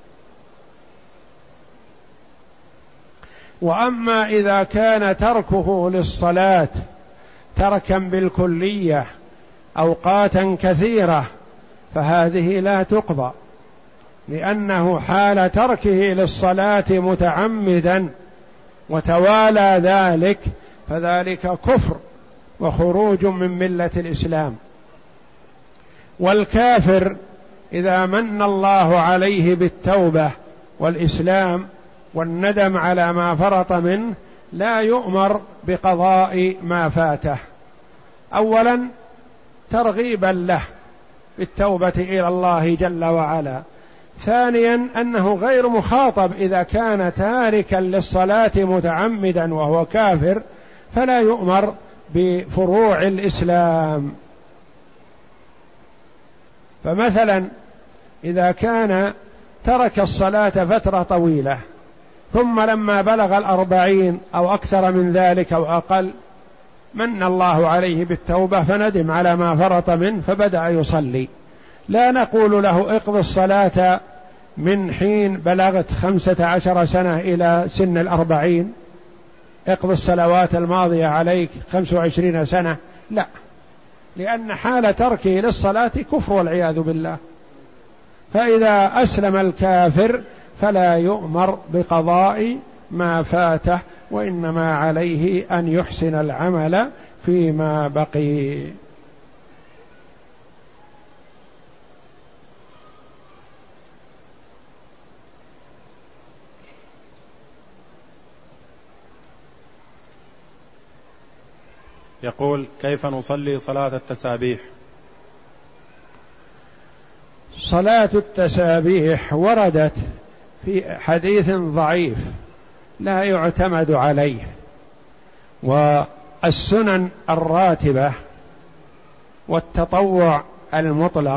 وأما إذا كان تركه للصلاة تركا بالكلية أوقاتا كثيرة فهذه لا تقضى، لأنه حال تركه للصلاة متعمدا وتوالى ذلك فذلك كفر وخروج من ملة الإسلام. والكافر إذا من الله عليه بالتوبة والإسلام والندم على ما فرط منه لا يؤمر بقضاء ما فاته، أولا ترغيبا له بالتوبة إلى الله جل وعلا، ثانيا أنه غير مخاطب إذا كان تاركا للصلاة متعمدا وهو كافر، فلا يؤمر بفروع الإسلام. فمثلا إذا كان ترك الصلاة فترة طويلة ثم لما بلغ 40 أو أكثر من ذلك أو أقل من الله عليه بالتوبة فندم على ما فرط منه فبدأ يصلي، لا نقول له اقض الصلاة من حين بلغت 15 سنة إلى سن 40، اقض الصلوات الماضية عليك 25 سنة، لا، لأن حال تركه للصلاة كفر والعياذ بالله. فإذا أسلم الكافر فلا يؤمر بقضاء ما فاته، وإنما عليه أن يحسن العمل فيما بقي. يقول: كيف نصلي صلاة التسابيح؟ صلاة التسابيح وردت في حديث ضعيف لا يعتمد عليه، والسنن الراتبة والتطوع المطلق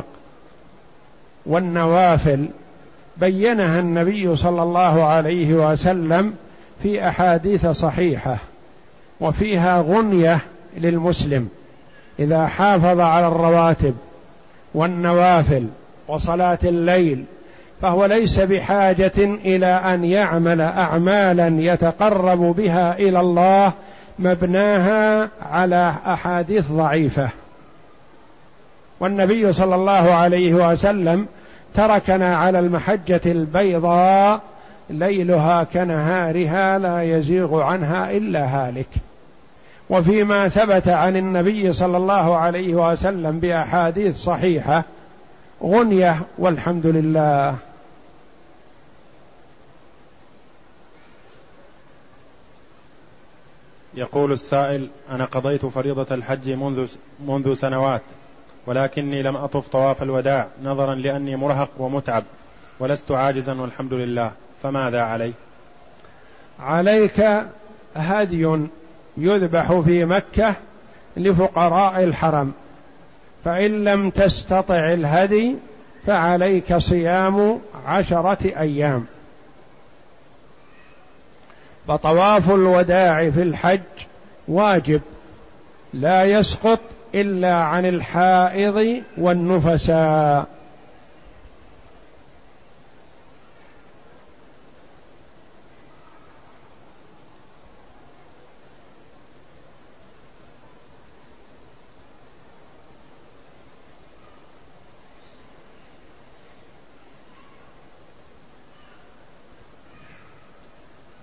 والنوافل بينها النبي صلى الله عليه وسلم في أحاديث صحيحة، وفيها غنية للمسلم إذا حافظ على الرواتب والنوافل وصلاة الليل، فهو ليس بحاجة إلى أن يعمل أعمالا يتقرب بها إلى الله مبناها على أحاديث ضعيفة. والنبي صلى الله عليه وسلم تركنا على المحجة البيضاء ليلها كنهارها لا يزيغ عنها إلا هالك. وفيما ثبت عن النبي صلى الله عليه وسلم بأحاديث صحيحة غنية والحمد لله. يقول السائل: أنا قضيت فريضة الحج منذ سنوات، ولكني لم أطف طواف الوداع نظرا لأني مرهق ومتعب، ولست عاجزا والحمد لله، فماذا علي؟ عليك هدي يذبح في مكة لفقراء الحرم، فإن لم تستطع الهدي فعليك صيام 10 أيام. فطواف الوداع في الحج واجب لا يسقط إلا عن الحائض والنفساء،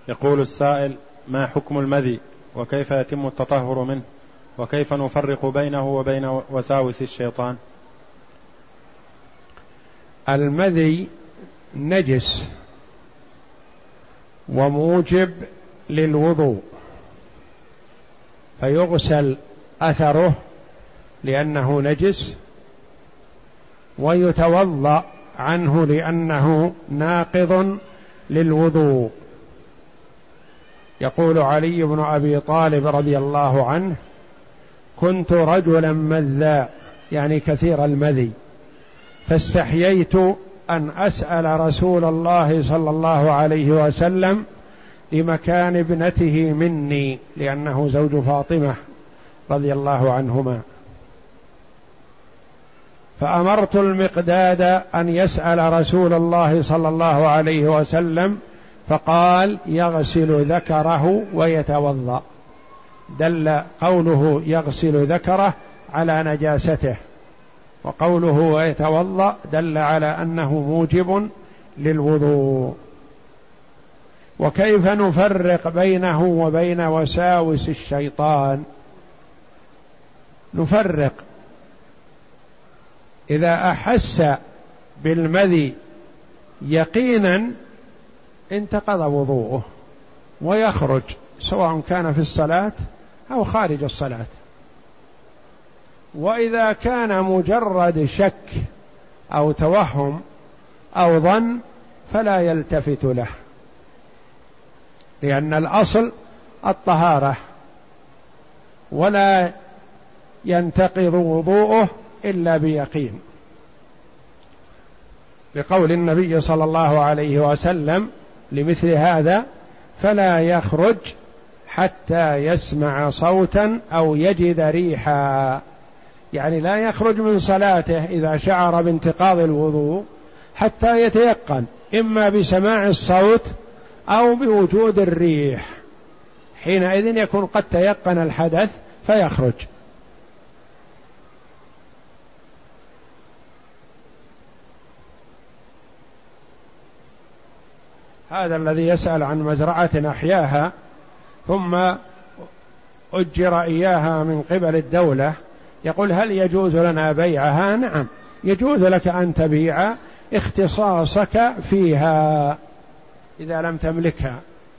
يقول السائل: ما حكم المذي وكيف يتم التطهر منه وكيف نفرق بينه وبين وساوس الشيطان؟ المذي نجس وموجب للوضوء، فيغسل أثره لأنه نجس، ويتوضأ عنه لأنه ناقض للوضوء. يقول علي بن أبي طالب رضي الله عنه: كنت رجلا مذا، يعني كثير المذي، فاستحييت أن أسأل رسول الله صلى الله عليه وسلم لمكان ابنته مني، لأنه زوج فاطمة رضي الله عنهما، فأمرت المقداد أن يسأل رسول الله صلى الله عليه وسلم، فقال: يغسل ذكره ويتوضأ. دل قوله يغسل ذكره على نجاسته، وقوله ويتوضأ دل على أنه موجب للوضوء. وكيف نفرق بينه وبين وساوس الشيطان؟ نفرق: إذا أحس بالمذي يقينا انتقض وضوءه ويخرج، سواء كان في الصلاة أو خارج الصلاة. وإذا كان مجرد شك أو توهم أو ظن فلا يلتفت له، لأن الأصل الطهارة، ولا ينتقض وضوءه إلا بيقين، لقول النبي صلى الله عليه وسلم لمثل هذا: فلا يخرج حتى يسمع صوتا أو يجد ريحا. يعني لا يخرج من صلاته إذا شعر بانتقاض الوضوء حتى يتيقن، إما بسماع الصوت أو بوجود الريح، حينئذ يكون قد تيقن الحدث فيخرج. هذا الذي يسأل عن مزرعة أحياها ثم أجر إياها من قبل الدولة، يقول: هل يجوز لنا بيعها؟ نعم، يجوز لك أن تبيع اختصاصك فيها إذا لم تملكها.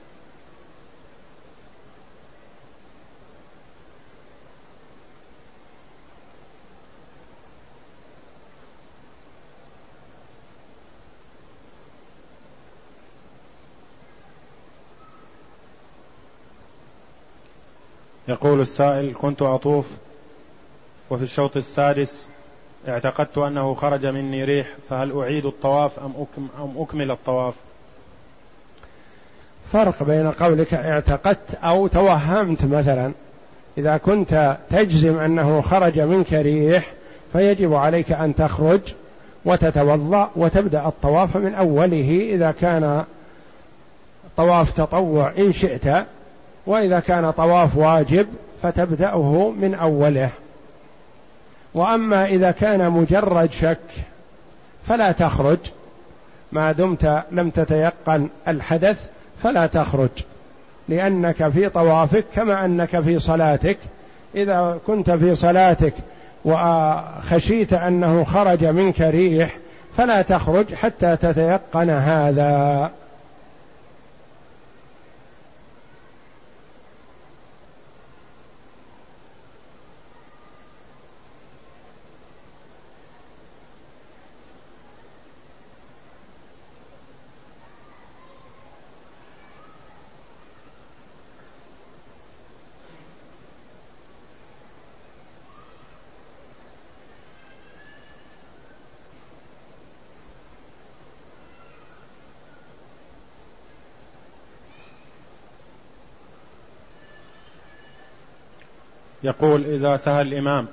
يقول السائل: كنت أطوف وفي الشوط السادس اعتقدت أنه خرج مني ريح، فهل أعيد الطواف أم أكمل الطواف؟ فرق بين قولك اعتقدت أو توهمت. مثلا إذا كنت تجزم أنه خرج منك ريح فيجب عليك أن تخرج وتتوضأ وتبدأ الطواف من أوله، إذا كان طواف تطوع إن شئت، وإذا كان طواف واجب فتبدأه من أوله. وأما إذا كان مجرد شك فلا تخرج، ما دمت لم تتيقن الحدث فلا تخرج، لأنك في طوافك كما أنك في صلاتك. إذا كنت في صلاتك وخشيت أنه خرج منك ريح فلا تخرج حتى تتيقن هذا. يقول: إذا سهى الإمام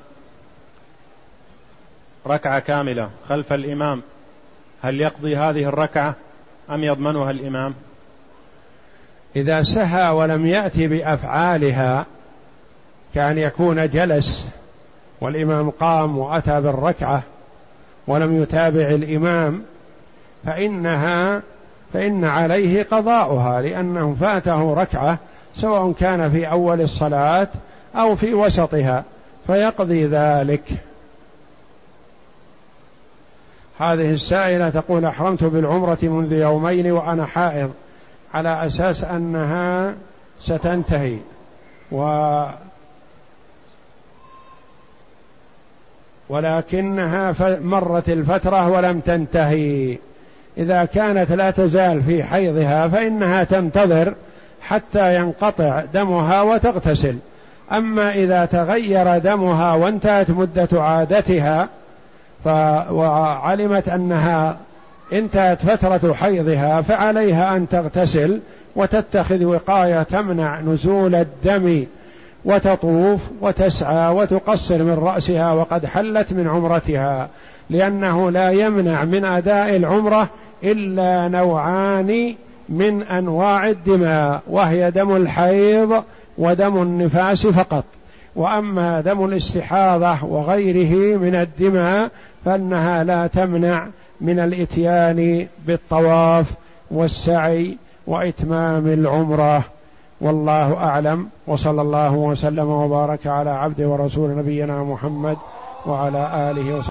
ركعة كاملة خلف الإمام هل يقضي هذه الركعة أم يضمنها الإمام؟ إذا سهى ولم يأتي بأفعالها، كان يكون جلس والإمام قام وأتى بالركعة ولم يتابع الإمام، فإنها فإن عليه قضاؤها، لأنه فاته ركعة سواء كان في أول الصلاة أو في وسطها، فيقضي ذلك. هذه السائلة تقول: أحرمت بالعمرة منذ يومين وأنا حائض، على أساس أنها ستنتهي ولكنها مرت الفترة ولم تنتهي. إذا كانت لا تزال في حيضها فإنها تنتظر حتى ينقطع دمها وتغتسل. أما إذا تغير دمها وانتهت مدة عادتها وعلمت أنها انتهت فترة حيضها، فعليها أن تغتسل وتتخذ وقاية تمنع نزول الدم، وتطوف وتسعى وتقصر من رأسها وقد حلت من عمرتها، لأنه لا يمنع من أداء العمرة إلا نوعان من أنواع الدماء، وهي دم الحيض ودم النفاس فقط. وأما دم الاستحاضة وغيره من الدماء فإنها لا تمنع من الإتيان بالطواف والسعي وإتمام العمرة. والله أعلم، وصلى الله وسلم وبارك على عبد ورسول نبينا محمد وعلى آله وصحبه.